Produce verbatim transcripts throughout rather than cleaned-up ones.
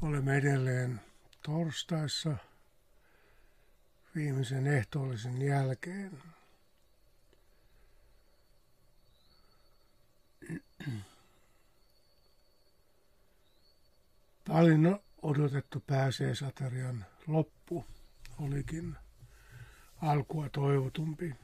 Olemme edelleen torstaissa viimeisen ehtoollisen jälkeen. Paljon odotettu pääsiäisaterian loppu olikin alkua toivotumpi.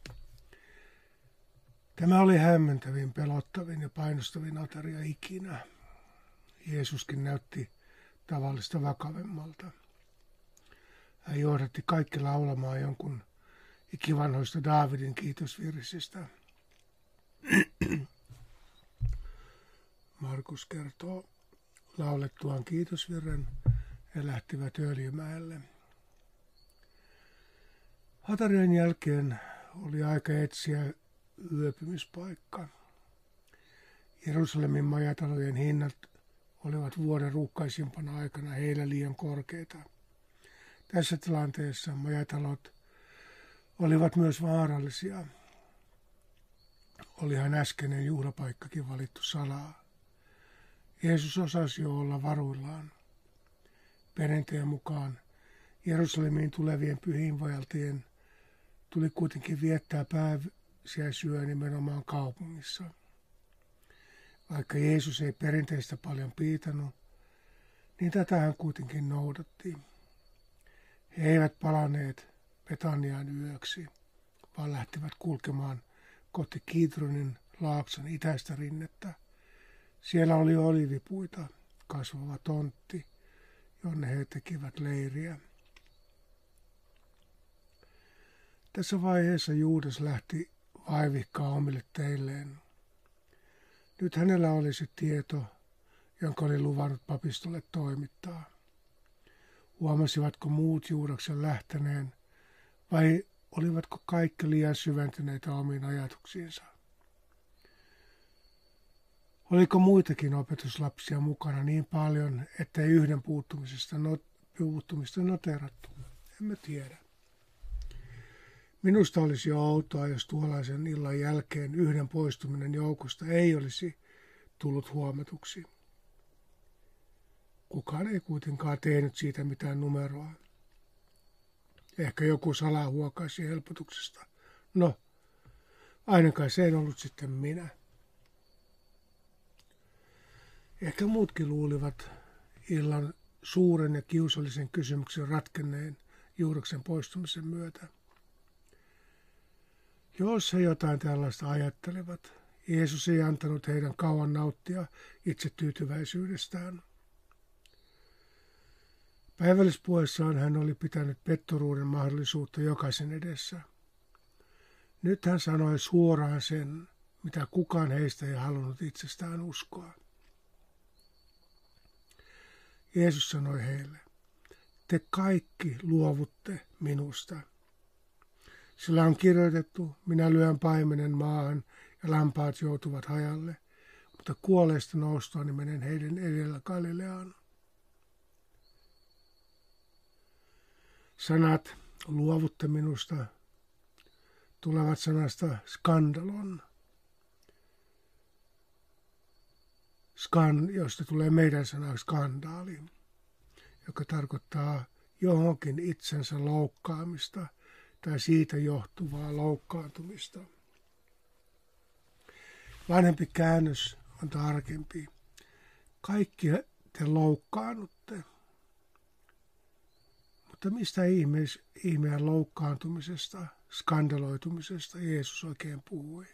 Tämä oli hämmentävin, pelottavin ja painostavin ateria ikinä. Jeesuskin näytti tavallista vakavemmalta. Hän johdatti kaikki laulamaan jonkun ikivanhoista Daavidin kiitosvirsistä. Markus kertoo laulettuaan kiitosvirren he lähtivät Öljymäelle. Atarian jälkeen oli aika etsiä yöpymispaikka. Jerusalemin majatalojen hinnat olivat vuoden ruuhkaisimpana aikana heillä liian korkeita. Tässä tilanteessa majatalot olivat myös vaarallisia. Olihan äskeinen juhlapaikkakin valittu salaa. Jeesus osasi jo olla varuillaan. Perinteen mukaan Jerusalemiin tulevien pyhiinvaeltajien tuli kuitenkin viettää pääsiäisyö nimenomaan kaupungissa. Vaikka Jeesus ei perinteistä paljon piitannut, niin tätä hän kuitenkin noudatti. He eivät palaneet Betaniaan yöksi, vaan lähtivät kulkemaan kohti Kidronin laakson itäistä rinnettä. Siellä oli oliivipuita, kasvava tontti, jonne he tekivät leiriä. Tässä vaiheessa Juudas lähti vaivihkaa omille teilleen. Nyt hänellä oli se tieto, jonka oli luvannut papistolle toimittaa. Huomasivatko muut Juudaksen lähteneen, vai olivatko kaikki liian syventyneitä omiin ajatuksiinsa? Oliko muitakin opetuslapsia mukana niin paljon, ettei yhden puuttumisesta not, puuttumista noterattu? Emme tiedä. Minusta olisi jo outoa, jos tuollaisen illan jälkeen yhden poistuminen joukosta ei olisi tullut huomatuksi. Kukaan ei kuitenkaan tehnyt siitä mitään numeroa. Ehkä joku salaa huokaisi helpotuksesta. No, ainakaan se ei ollut sitten minä. Ehkä muutkin luulivat illan suuren ja kiusallisen kysymyksen ratkenneen Juudaksen poistumisen myötä. Jos he jotain tällaista ajattelivat, Jeesus ei antanut heidän kauan nauttia itsetyytyväisyydestään. Päivällispuheessaan hän oli pitänyt petturuuden mahdollisuutta jokaisen edessä. Nyt hän sanoi suoraan sen, mitä kukaan heistä ei halunnut itsestään uskoa. Jeesus sanoi heille, te kaikki luovutte minusta. Sillä on kirjoitettu, minä lyön paimenen maahan ja lampaat joutuvat hajalle, mutta kuolleista noustuani menen heidän edellä Galileaan. Sanat luovutte minusta tulevat sanasta skandalon, Skan, josta tulee meidän sana skandaali, joka tarkoittaa johonkin itsensä loukkaamista tai siitä johtuvaa loukkaantumista. Vanhempi käännös on tarkempi. Kaikki te loukkaannutte. Mutta mistä ihmeessä, ihmeen loukkaantumisesta, skandaloitumisesta Jeesus oikein puhui?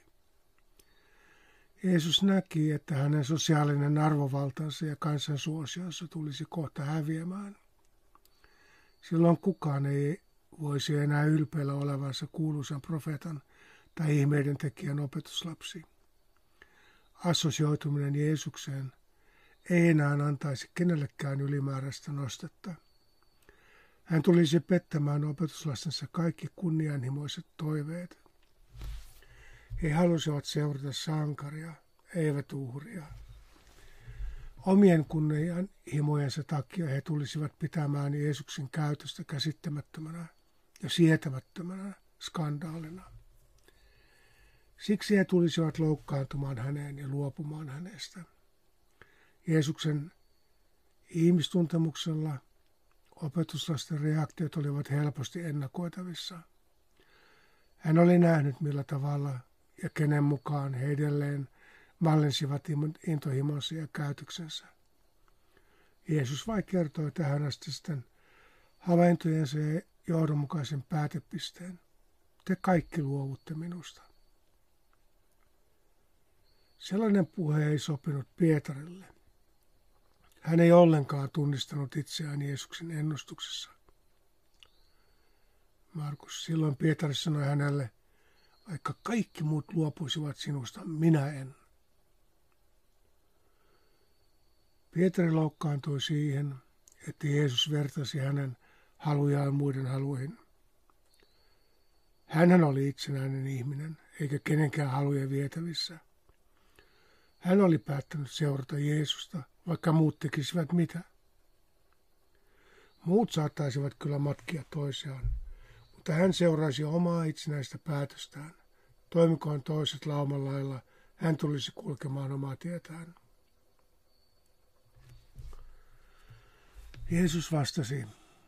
Jeesus näki, että hänen sosiaalinen arvovaltansa ja kansan suosionsa tulisi kohta häviämään. Silloin kukaan ei voisi enää ylpeillä olevansa kuuluisan profeetan tai ihmeiden tekijän opetuslapsi. Assosioituminen Jeesukseen ei enää antaisi kenellekään ylimääräistä nostetta. Hän tulisi pettämään opetuslastensa kaikki kunnianhimoiset toiveet. He halusivat seurata sankaria, eivät uhria. Omien kunnianhimojensa takia he tulisivat pitämään Jeesuksen käytöstä käsittämättömänä ja sietämättömänä skandaalina. Siksi he tulisivat loukkaantumaan häneen ja luopumaan hänestä. Jeesuksen Ihmistuntemuksella opetuslasten reaktiot olivat helposti ennakoitavissa. Hän oli nähnyt, millä tavalla ja kenen mukaan he edelleen mallinsivat intohimonsa ja käytöksensä. Jeesus vain kertoi tähän asti sitten havaintojensa ja johdonmukaisen päätepisteen. Te kaikki luovutte minusta. Sellainen puhe ei sopinut Pietarille. Hän ei ollenkaan tunnistanut itseään Jeesuksen ennustuksessa. Markus, silloin Pietari sanoi hänelle, vaikka kaikki muut luopuisivat sinusta, minä en. Pietari loukkaantui siihen, että Jeesus vertasi hänen halujaan muiden haluihin. Hänhän oli itsenäinen ihminen, eikä kenenkään haluja vietävissä. Hän oli päättänyt seurata Jeesusta, vaikka muut tekisivät mitä. Muut saattaisivat kyllä matkia toisiaan, mutta hän seuraisi omaa itsenäistä päätöstään. Toimikoon toiset lauman lailla, hän tulisi kulkemaan omaa tietään. Jeesus vastasi,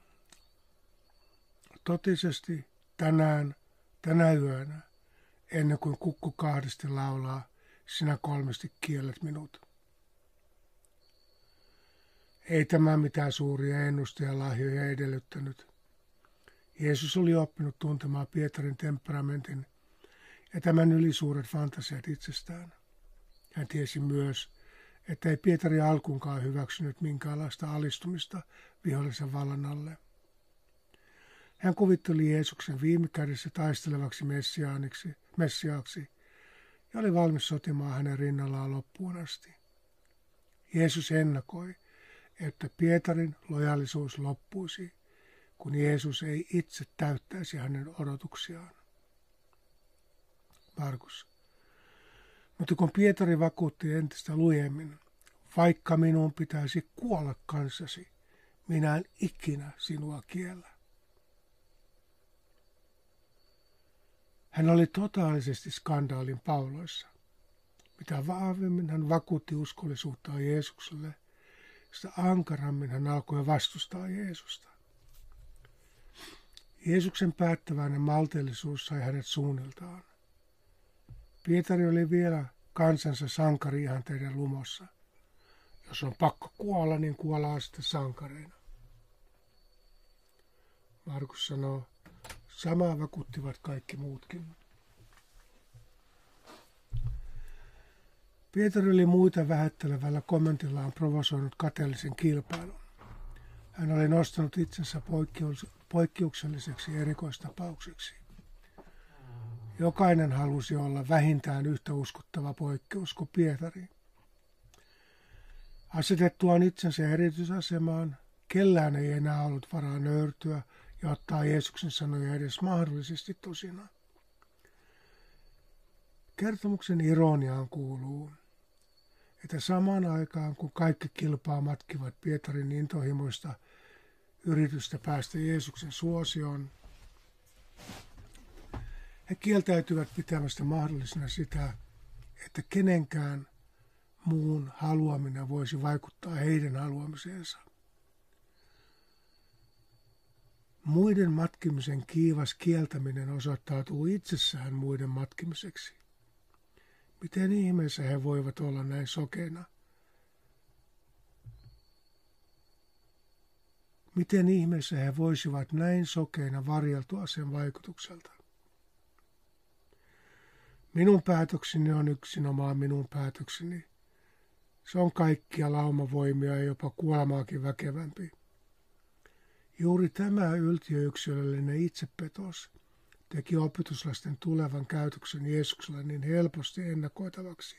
totisesti tänään, tänä yönä, ennen kuin kukku kahdesti laulaa, sinä kolmesti kiellet minut. Ei tämä mitään suuria ennustajalahjoja edellyttänyt. Jeesus oli oppinut tuntemaan Pietarin temperamentin ja tämän ylisuuret fantasiat itsestään. Hän tiesi myös, että ei Pietari alkuunkaan hyväksynyt minkäänlaista alistumista vihollisen vallan alle. Hän kuvitteli Jeesuksen viime kädessä taistelevaksi messiaaniksi, messiaaksi ja oli valmis sotimaan hänen rinnallaan loppuun asti. Jeesus ennakoi, että Pietarin lojaalisuus loppuisi, kun Jeesus ei itse täyttäisi hänen odotuksiaan. Markus. Mutta kun Pietari vakuutti entistä lujemmin, vaikka minun pitäisi kuolla kanssasi, minä en ikinä sinua kiellä. Hän oli totaalisesti skandaalin pauloissa. Mitä vahvemmin hän vakuutti uskollisuuttaan Jeesukselle, sitä ankarammin hän alkoi vastustaa Jeesusta. Jeesuksen päättäväinen maltillisuus sai hänet suunniltaan. Pietari oli vielä kansansa sankari-ihanteiden lumossa. Jos on pakko kuolla, niin kuollaan sitten sankareina. Markus sanoo, samaa vakuuttivat kaikki muutkin. Pietari oli muita vähättelevällä kommentillaan provosoinut kateellisen kilpailun. Hän oli nostanut itsensä poikkeukselliseksi erikoistapaukseksi. Jokainen halusi olla vähintään yhtä uskottava poikkeus kuin Pietari. Asetettuaan itsensä erityisasemaan, kellään ei enää ollut varaa nöyrtyä ja ottaa Jeesuksen sanoja edes mahdollisesti tosina. Kertomuksen ironiaan kuuluu, että samaan aikaan kun kaikki kilpaa matkivat Pietarin intohimoista yritystä päästä Jeesuksen suosioon, he kieltäytyvät pitämästä mahdollisena sitä, että kenenkään muun haluaminen voisi vaikuttaa heidän haluamiseensa. Muiden matkimisen kiivas kieltäminen osoittautuu itsessään muiden matkimiseksi. Miten ihmeessä he voivat olla näin sokeina? Miten ihmeessä he voisivat näin sokeina varjeltua sen vaikutukselta? Minun päätökseni on yksinomaan minun päätökseni. Se on kaikkia laumavoimia ja jopa kuolemaakin väkevämpi. Juuri tämä yltiöyksilöllinen itsepetos teki opetuslasten tulevan käytöksen Jeesuksella niin helposti ennakoitavaksi.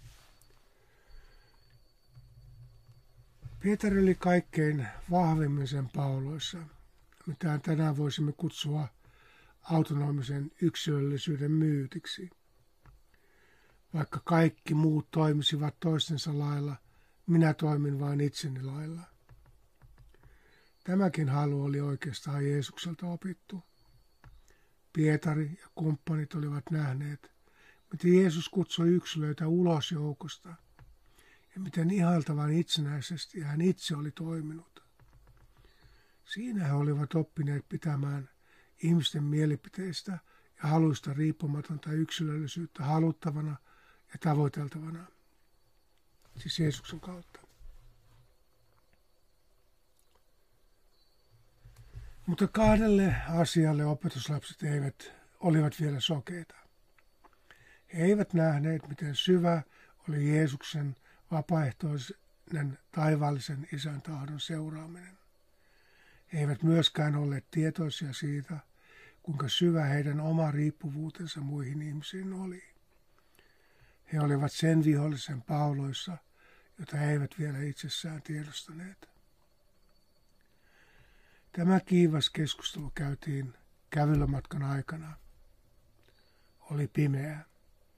Pietari oli kaikkein vahvimmin sen pauloissa, mitä tänään voisimme kutsua autonomisen yksilöllisyyden myytiksi. Vaikka kaikki muut toimisivat toistensa lailla, minä toimin vain itseni lailla. Tämäkin halu oli oikeastaan Jeesukselta opittu. Pietari ja kumppanit olivat nähneet, miten Jeesus kutsui yksilöitä ulos joukosta ja miten ihailtavan itsenäisesti hän itse oli toiminut. Siinä he olivat oppineet pitämään ihmisten mielipiteistä ja haluista riippumatonta yksilöllisyyttä haluttavana ja tavoiteltavana, siis Jeesuksen kautta. Mutta kahdelle asialle opetuslapset eivät, olivat vielä sokeita. He eivät nähneet, miten syvä oli Jeesuksen vapaaehtoinen taivaallisen isän tahdon seuraaminen. He eivät myöskään olleet tietoisia siitä, kuinka syvä heidän oma riippuvuutensa muihin ihmisiin oli. He olivat sen vihollisen pauloissa, jota he eivät vielä itsessään tiedostaneet. Tämä kiivas keskustelu käytiin kävelymatkan aikana. Oli pimeää.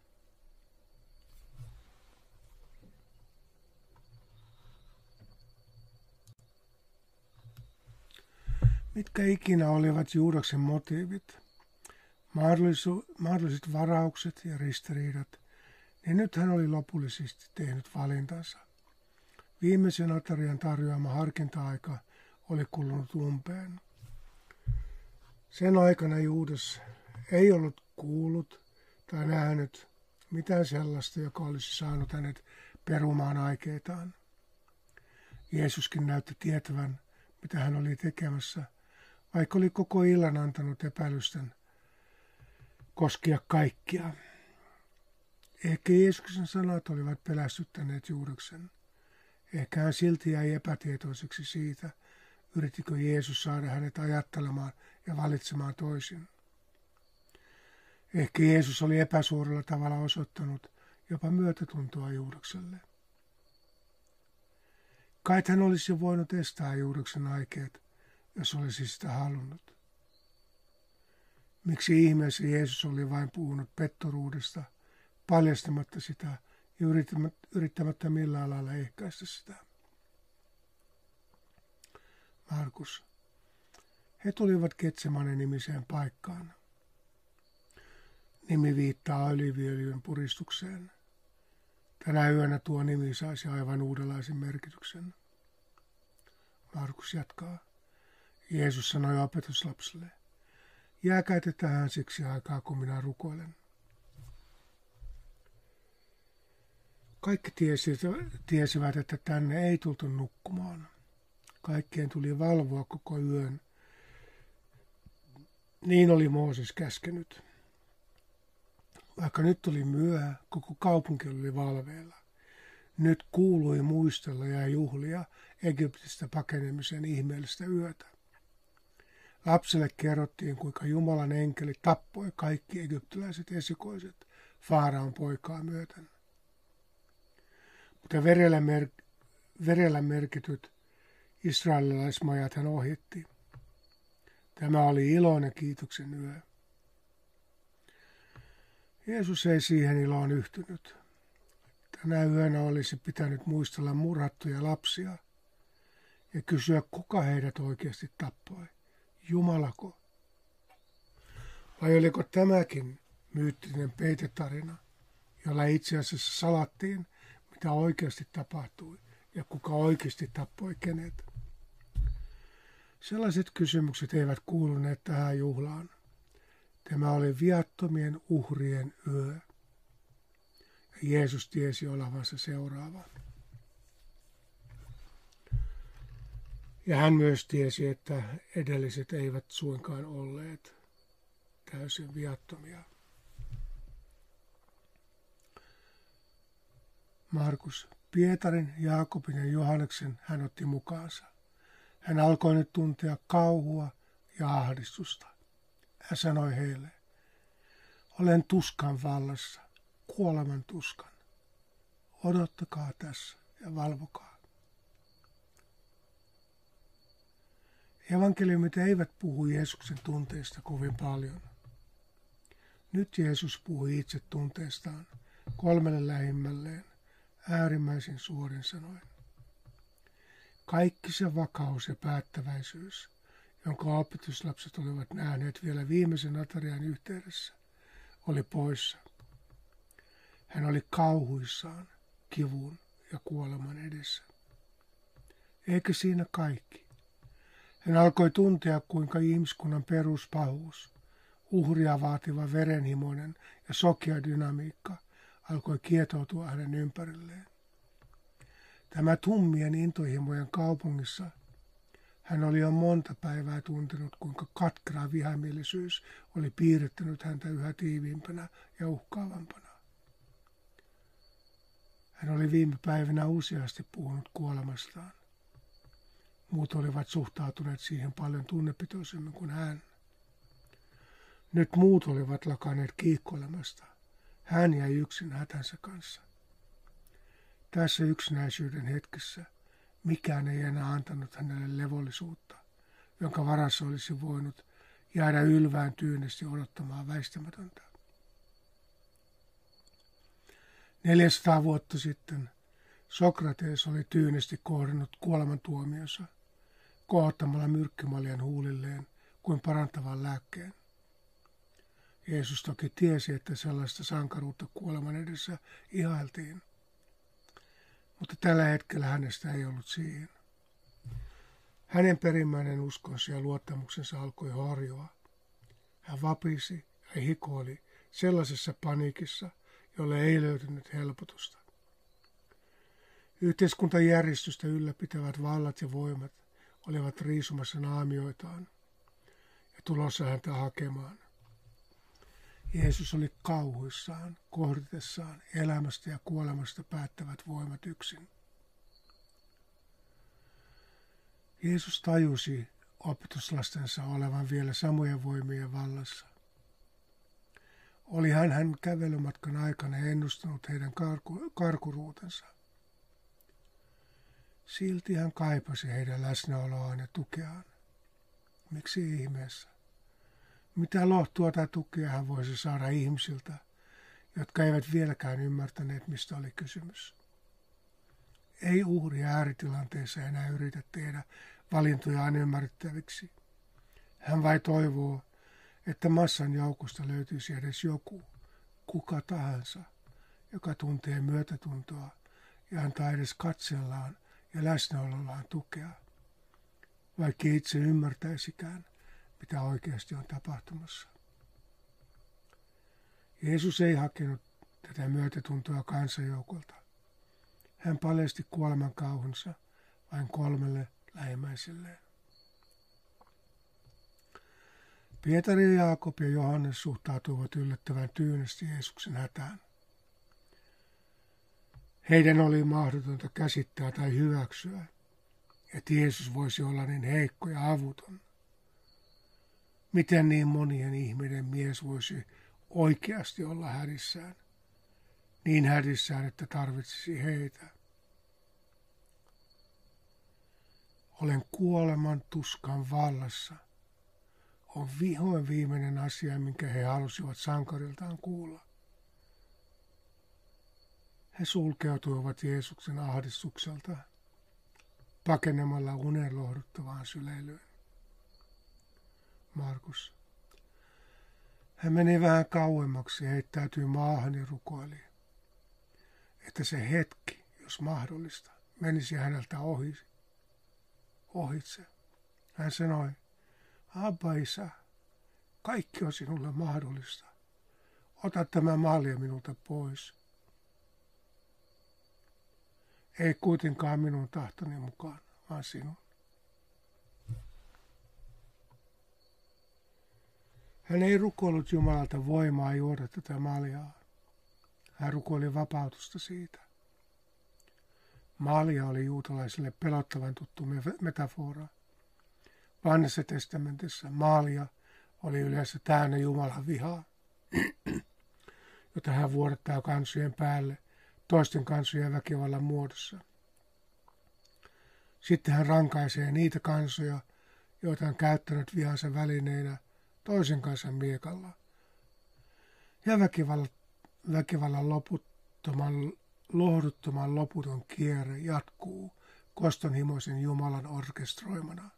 Mitkä ikinä olivat Juudaksen motiivit, mahdolliset varaukset ja ristiriidat, niin nyt hän oli lopullisesti tehnyt valintansa. Viimeisen aterian tarjoama harkinta-aika oli kulunut umpeen. Sen aikana Juudas ei ollut kuullut tai nähnyt mitään sellaista, joka olisi saanut hänet perumaan aikeitaan. Jeesuskin näytti tietävän, mitä hän oli tekemässä, vaikka oli koko illan antanut epäilysten koskea kaikkia. Ehkä Jeesuksen sanat olivat pelästyttäneet Juudaksen. Ehkä hän silti jäi epätietoiseksi siitä, yrittikö Jeesus saada hänet ajattelemaan ja valitsemaan toisin. Ehkä Jeesus oli epäsuoralla tavalla osoittanut jopa myötätuntoa Juudakselle. Kait hän olisi voinut estää Juudaksen aikeet, jos olisi sitä halunnut. Miksi ihmeessä Jeesus oli vain puhunut pettoruudesta, paljastamatta sitä ja yrittämättä millään lailla ehkäistä sitä? Markus. He tulivat Getsemanen nimiseen paikkaan. Nimi viittaa oliiviöljyn puristukseen. Tänä yönä tuo nimi saisi aivan uudenlaisen merkityksen. Markus jatkaa. Jeesus sanoi opetuslapsille, jääkäätte tähän siksi aikaa, kun minä rukoilen. Kaikki tiesivät, että tänne ei tultu nukkumaan. Kaikkien tuli valvoa koko yön. Niin oli Mooses käskenyt. Vaikka nyt tuli myöhä, koko kaupunki oli valveilla. Nyt kuului muistella ja juhlia Egyptistä pakenemisen ihmeellistä yötä. Lapselle kerrottiin, kuinka Jumalan enkeli tappoi kaikki egyptiläiset esikoiset Faaraon poikaa myöten. Mutta verellä, mer- verellä merkityt israelilaismajat hän ohitti. Tämä oli iloinen kiitoksen yö. Jeesus ei siihen iloon yhtynyt. Tänä yönä olisi pitänyt muistella murhattuja lapsia ja kysyä, kuka heidät oikeasti tappoi. Jumalako? Vai oliko tämäkin myyttinen peitetarina, jolla itse asiassa salattiin, mitä oikeasti tapahtui ja kuka oikeasti tappoi kenet? Sellaiset kysymykset eivät kuuluneet tähän juhlaan. Tämä oli viattomien uhrien yö. Ja Jeesus tiesi olevansa seuraava. Ja hän myös tiesi, että edelliset eivät suinkaan olleet täysin viattomia. Markus, Pietarin, Jaakobin ja Johanneksen hän otti mukaansa. Hän alkoi nyt tuntea kauhua ja ahdistusta. Hän sanoi heille, olen tuskan vallassa, kuoleman tuskan. Odottakaa tässä ja valvokaa. Evankeliumit eivät puhu Jeesuksen tunteista kovin paljon. Nyt Jeesus puhui itse tunteestaan kolmelle lähimmälleen äärimmäisin suorin sanoin. Kaikki se vakaus ja päättäväisyys, jonka opetuslapset olivat nähneet vielä viimeisen aterian yhteydessä, oli poissa. Hän oli kauhuissaan, kivun ja kuoleman edessä. Eikö siinä kaikki? Hän alkoi tuntea, kuinka ihmiskunnan peruspahuus, uhria vaativa verenhimoinen ja sokea dynamiikka alkoi kietoutua hänen ympärilleen. Tämä tummien intohimojen kaupungissa hän oli jo monta päivää tuntenut, kuinka katkera vihamielisyys oli piirittänyt häntä yhä tiiviimpänä ja uhkaavampana. Hän oli viime päivinä useasti puhunut kuolemastaan. Muut olivat suhtautuneet siihen paljon tunnepitoisemmin kuin hän. Nyt muut olivat lakanneet kiihkoilemasta. Hän jäi yksin hätänsä kanssa. Tässä yksinäisyyden hetkessä mikään ei enää antanut hänelle levollisuutta, jonka varassa olisi voinut jäädä ylvään tyynesti odottamaan väistämätöntä. Neljäsataa vuotta sitten Sokrates oli tyynesti kohdannut kuolemantuomionsa, kohottamalla myrkkymaljan huulilleen kuin parantavan lääkkeen. Jeesus toki tiesi, että sellaista sankaruutta kuoleman edessä ihailtiin, mutta tällä hetkellä hänestä ei ollut siihen. Hänen perimmäinen uskonsa ja luottamuksensa alkoi horjua. Hän vapisi ja hikoili sellaisessa paniikissa, jolle ei löytynyt helpotusta. Yhteiskuntajärjestystä ylläpitävät vallat ja voimat olivat riisumassa naamioitaan ja tulossa häntä hakemaan. Jeesus oli kauhuissaan, kohditessaan elämästä ja kuolemasta päättävät voimat yksin. Jeesus tajusi opetuslastensa olevan vielä samojen voimien vallassa. Oli hän hän kävelymatkan aikana ennustanut heidän karku, karkuruutensa. Silti hän kaipasi heidän läsnäoloaan ja tukeaan. Miksi ihmeessä? Mitä lohtua tai tukea hän voisi saada ihmisiltä, jotka eivät vieläkään ymmärtäneet, mistä oli kysymys? Ei uhri ääritilanteessa enää yritä tehdä valintojaan ymmärrettäviksi. Hän vain toivoo, että massan joukosta löytyisi edes joku, kuka tahansa, joka tuntee myötätuntoa ja antaa edes katsellaan ja läsnäolollaan tukea, vaikka itse ymmärtäisikään, mitä oikeasti on tapahtumassa. Jeesus ei hakenut tätä myötätuntoa kansanjoukolta. Hän paljasti kuoleman kauhunsa vain kolmelle lähimmäiselleen. Pietari ja Jaakob ja Johannes suhtautuivat yllättävän tyynesti Jeesuksen hätään. Heidän oli mahdotonta käsittää tai hyväksyä, että Jeesus voisi olla niin heikko ja avuton. Miten niin monien ihmisten mies voisi oikeasti olla hädissään, niin hädissään, että tarvitsisi heitä. Olen kuoleman tuskan vallassa, on vihoin viimeinen asia, minkä he halusivat sankariltaan kuulla. He sulkeutuivat Jeesuksen ahdistukselta pakenemalla unen lohduttavaan syleilyyn. Markus. Hän meni vähän kauemmaksi ja heittäytyi maahan ja rukoili, että se hetki, jos mahdollista, menisi häneltä ohi, ohitse. Hän sanoi, Abba, Isä, kaikki on sinulle mahdollista. Ota tämä malja minulta pois. Ei kuitenkaan minun tahtoni mukaan, vaan sinun. Hän ei rukoillut Jumalalta voimaa juoda tätä maljaa. Hän rukoili vapautusta siitä. Malja oli juutalaisille pelottavan tuttu metafora. Vanhassa testamentissa malja oli yleensä täynnä Jumalan vihaa, jota hän vuodattaa kansojen päälle toisten kansojen väkivallan muodossa. Sitten hän rankaisee niitä kansoja, joita on käyttänyt vihansa välineinä toisen kansan miekalla. Ja väkivallan, väkivallan loputtoman, lohduttoman loputon kierre jatkuu kostonhimoisen Jumalan orkestroimana.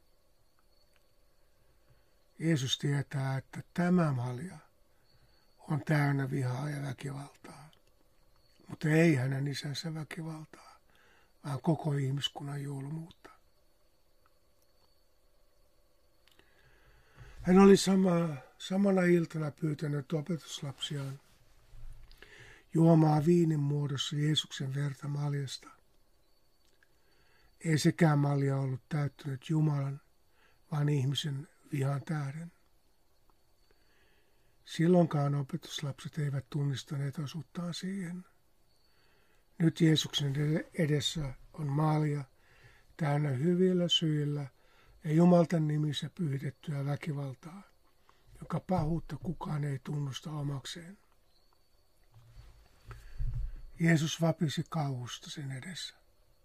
Jeesus tietää, että tämä malja on täynnä vihaa ja väkivaltaa, mutta ei hänen isänsä väkivaltaa. vaan koko ihmiskunnan julmuutta. Hän oli sama, samana iltana pyytänyt opetuslapsiaan juomaan viinin muodossa Jeesuksen verta maljasta. Ei sekään malja ollut täyttynyt Jumalan, vaan ihmisen vihan tähden. Silloinkaan opetuslapset eivät tunnistaneet osuuttaan siihen. Nyt Jeesuksen edessä on malja täynnä hyvillä syillä ja Jumalten nimissä pyhitettyä väkivaltaa, joka pahuutta kukaan ei tunnusta omakseen. Jeesus vapisi kauhusta sen edessä.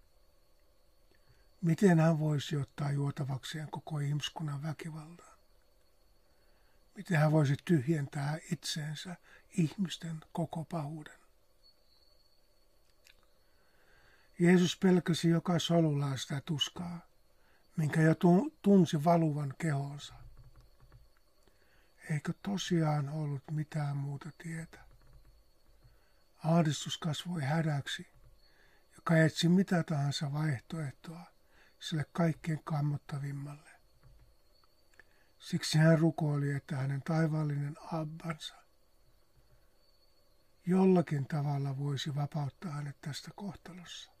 Miten hän voisi ottaa juotavakseen koko ihmiskunnan väkivaltaa? Miten hän voisi tyhjentää itseensä ihmisten koko pahuuden? Jeesus pelkäsi joka solullaan sitä tuskaa, minkä jo tunsi valuvan kehonsa. Eikö tosiaan ollut mitään muuta tietä? Ahdistus kasvoi hädäksi, joka etsi mitä tahansa vaihtoehtoa sille kaikkein kammottavimmalle. Siksi hän rukoili, että hänen taivaallinen Abbansa jollakin tavalla voisi vapauttaa hänet tästä kohtalossa.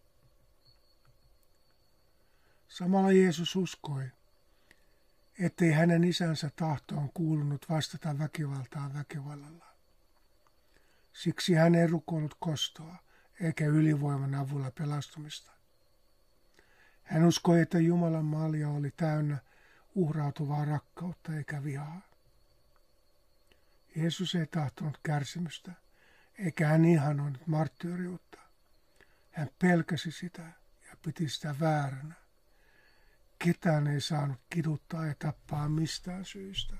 Samalla Jeesus uskoi, ettei hänen isänsä tahtoon kuulunut vastata väkivaltaan väkivallalla. Siksi hän ei rukoillut kostoa eikä ylivoiman avulla pelastumista. Hän uskoi, että Jumalan malja oli täynnä uhrautuvaa rakkautta eikä vihaa. Jeesus ei tahtonut kärsimystä, eikä hän ihanoinut marttyyriutta. Hän pelkäsi sitä ja piti sitä vääränä. Ketään ei saanut kiduttaa ja tappaa mistään syystä.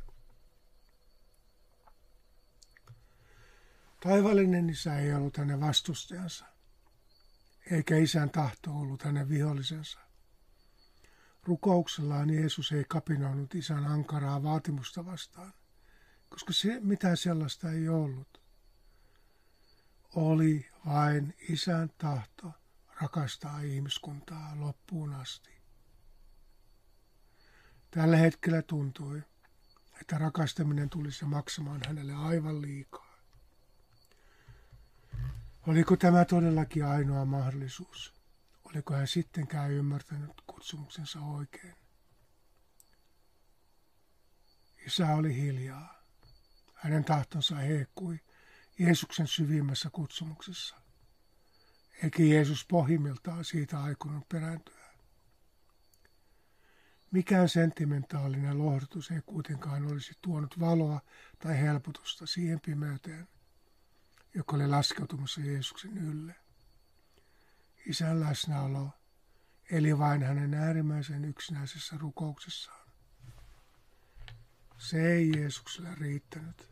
Taivaallinen isä ei ollut hänen vastustajansa, eikä isän tahto ollut hänen vihollisensa. Rukouksellaan Jeesus ei kapinoinut isän ankaraa vaatimusta vastaan, koska se, mitään sellaista ei ollut. Oli vain isän tahto rakastaa ihmiskuntaa loppuun asti. Tällä hetkellä tuntui, että rakastaminen tulisi maksamaan hänelle aivan liikaa. Oliko tämä todellakin ainoa mahdollisuus? Oliko hän sittenkään ymmärtänyt kutsumuksensa oikein? Isä oli hiljaa. Hänen tahtonsa heikkui Jeesuksen syvimmässä kutsumuksessa. Eikä Jeesus pohjimmiltaan siitä aikonut perääntyä. Mikään sentimentaalinen lohdutus ei kuitenkaan olisi tuonut valoa tai helpotusta siihen pimeyteen, joka oli laskeutumassa Jeesuksen ylle. Isän läsnäolo eli vain hänen äärimmäisen yksinäisessä rukouksessaan. Se ei Jeesukselle riittänyt.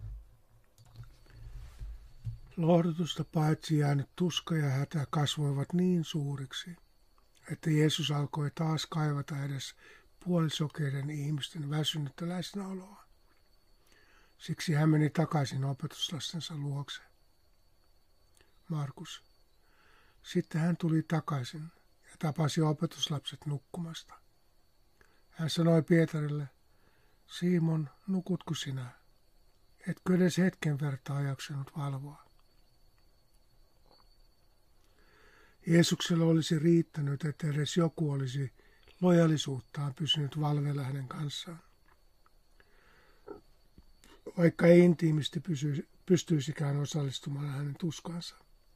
Lohdutusta paitsi jäänyt tuska ja hätä kasvoivat niin suuriksi, että Jeesus alkoi taas kaivata edes puolisokeiden ihmisten väsynyttä läsnäoloa. Siksi hän meni takaisin opetuslastensa luokse. Markus. Sitten hän tuli takaisin ja tapasi opetuslapset nukkumasta. Hän sanoi Pietarille, Simon, nukutko sinä? Etkö edes hetken vertaa jaksanut valvoa? Jeesuksella olisi riittänyt, että edes joku olisi lojallisuuttaan pysynyt valveilla hänen kanssaan. Vaikka ei intiimisti pysy, pystyisikään osallistumaan hänen tuskaansa.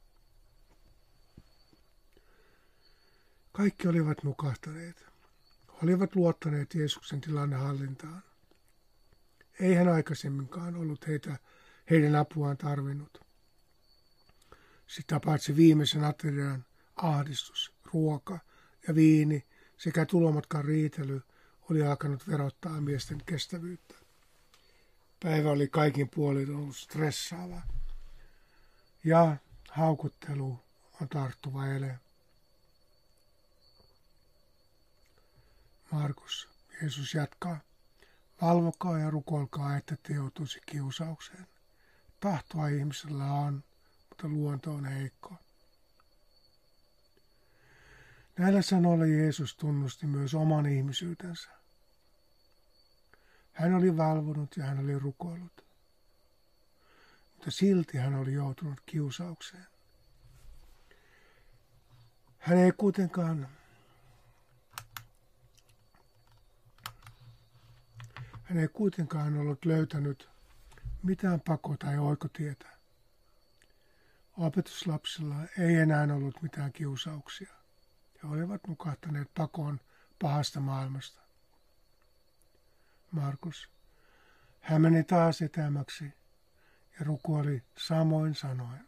Kaikki olivat nukahtaneet. Olivat luottaneet Jeesuksen tilannehallintaan. Ei hän aikaisemminkaan ollut heitä, heidän apuaan tarvinnut. Sitä paitsi viimeisen aterian ahdistus, ruoka ja viini sekä tulomatkan riitely oli alkanut verottaa miesten kestävyyttä. Päivä oli kaikin puolin ollut stressaava ja haukuttelu on tarttuva ele. Markus, Jeesus jatkaa, valvokaa ja rukoilkaa, että te joutuisi kiusaukseen. Tahtoa ihmisellä on, mutta luonto on heikko. Näillä sanoilla Jeesus tunnusti myös oman ihmisyytensä. Hän oli valvonut ja hän oli rukoillut, mutta silti hän oli joutunut kiusaukseen. Hän ei kuitenkaan hän ei kuitenkaan ollut löytänyt mitään pako- tai oikotietä. Opetuslapsilla ei enää ollut mitään kiusauksia. He olivat nukahtaneet pakoon pahasta maailmasta. Markus, hän meni taas etämäksi ja rukoili samoin sanoen.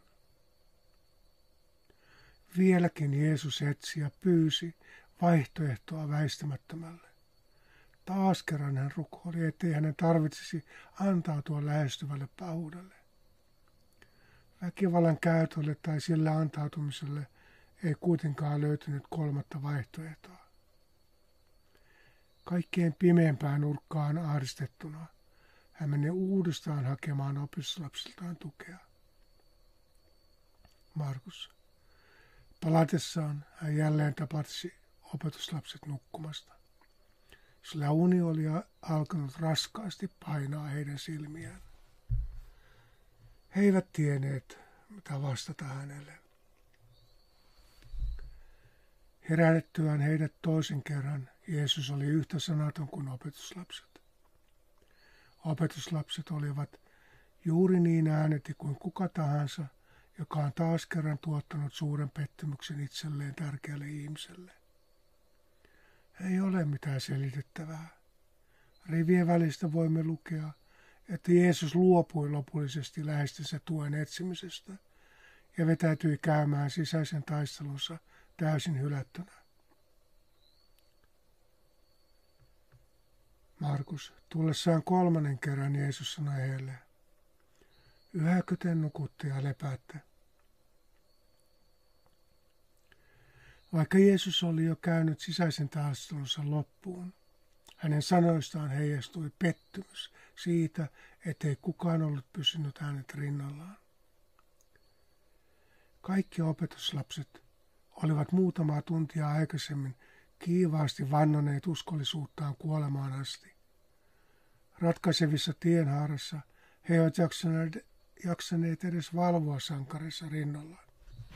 Vieläkin Jeesus etsi ja pyysi vaihtoehtoa väistämättömälle. Taas kerran hän rukoili, ettei hänen tarvitsisi antautua lähestyvälle pahuudelle. Väkivallan käytölle tai sillä antautumiselle ei kuitenkaan löytynyt kolmatta vaihtoehtoa. Kaikkein pimeimpään nurkkaan ahdistettuna hän meni uudestaan hakemaan opetuslapsiltaan tukea. Markus. Palatessaan hän jälleen tapasi opetuslapset nukkumasta, sillä uni oli alkanut raskaasti painaa heidän silmiään. He eivät tienneet, mitä vastata hänelle. Herätettyään heidät toisen kerran, Jeesus oli yhtä sanaton kuin opetuslapset. Opetuslapset olivat juuri niin ääneti kuin kuka tahansa, joka on taas kerran tuottanut suuren pettymyksen itselleen tärkeälle ihmiselle. Ei ole mitään selitettävää. Rivien välistä voimme lukea, että Jeesus luopui lopullisesti läheistensä tuen etsimisestä ja vetäytyi käymään sisäisen taistelunsa täysin hylättynä. Markus, tullessaan kolmannen kerran Jeesus sanoi heille, yhäkö te nukutte ja lepäätte? Vaikka Jeesus oli jo käynyt sisäisen taistelunsa loppuun, hänen sanoistaan heijastui pettymys siitä, ettei kukaan ollut pysynyt hänet rinnallaan. Kaikki opetuslapset olivat muutamaa tuntia aikaisemmin kiivaasti vannoneet uskollisuuttaan kuolemaan asti. Ratkaisevissa tienhaarassa he eivät jaksaneet, jaksaneet edes valvoa sankarissa rinnallaan.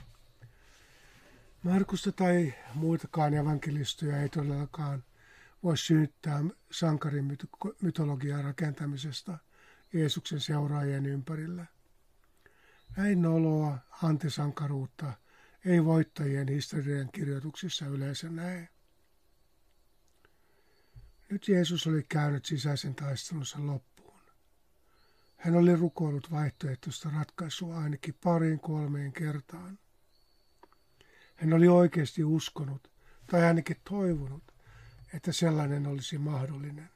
Markusta tai muitakaan evankelistoja ei todellakaan voi synnyttää sankarin mytologian rakentamisesta Jeesuksen seuraajien ympärillä. Näin noloa antisankaruutta ei voittajien historian kirjoituksissa yleensä näe. Nyt Jeesus oli käynyt sisäisen taistelunsa loppuun. Hän oli rukoillut vaihtoehtoista ratkaisua ainakin pariin kolmeen kertaan. Hän oli oikeasti uskonut tai ainakin toivonut, että sellainen olisi mahdollinen.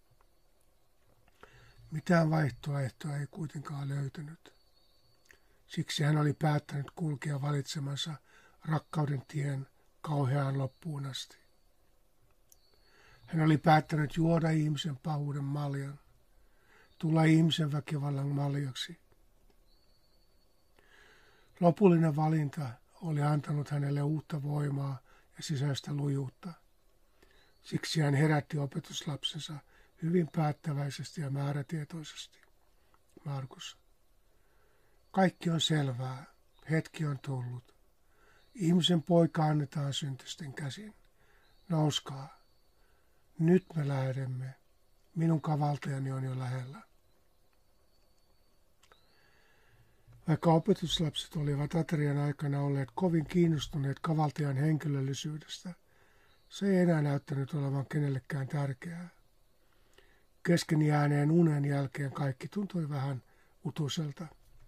Mitään vaihtoehtoa ei kuitenkaan löytynyt. Siksi hän oli päättänyt kulkea valitsemansa rakkauden tien kauheaan loppuun asti. Hän oli päättänyt juoda ihmisen pahuuden maljan, tulla ihmisen väkivallan maljaksi. Lopullinen valinta oli antanut hänelle uutta voimaa ja sisäistä lujuutta. Siksi hän herätti opetuslapsensa hyvin päättäväisesti ja määrätietoisesti. Markus. Kaikki on selvää. Hetki on tullut. Ihmisen poika annetaan syntisten käsin. Nouskaa. Nyt me lähdemme. Minun kavaltajani on jo lähellä. Vaikka opetuslapset olivat aterian aikana olleet kovin kiinnostuneet kavaltajan henkilöllisyydestä, se ei enää näyttänyt olevan kenellekään tärkeää. Kesken jääneen unen jälkeen kaikki tuntui vähän utuiselta.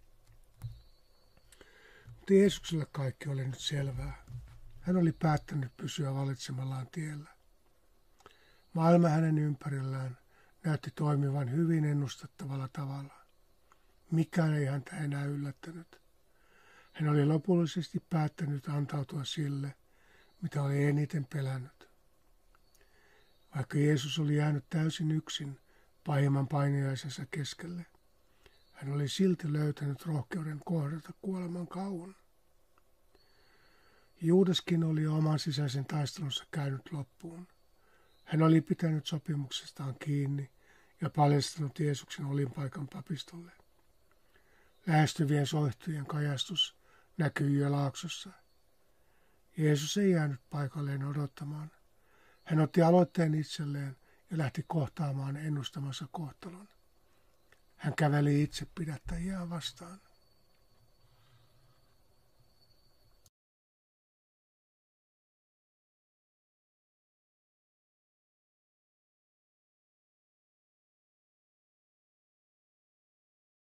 Mutta Jeesukselle kaikki oli nyt selvää. Hän oli päättänyt pysyä valitsemallaan tiellä. Maailma hänen ympärillään näytti toimivan hyvin ennustettavalla tavalla. Mikään ei häntä enää yllättänyt. Hän oli lopullisesti päättänyt antautua sille, mitä oli eniten pelännyt. Vaikka Jeesus oli jäänyt täysin yksin pahimman painajaisensa keskelle, hän oli silti löytänyt rohkeuden kohdata kuoleman kauhun. Juudaskin oli jo oman sisäisen taistelunsa käynyt loppuun. Hän oli pitänyt sopimuksestaan kiinni ja paljastanut Jeesuksen olinpaikan papistolle. Lähestyvien soihtujen kajastus näkyi jo laaksossa. Jeesus ei jäänyt paikalleen odottamaan. Hän otti aloitteen itselleen ja lähti kohtaamaan ennustamansa kohtalon. Hän käveli itse pidättäjiä vastaan.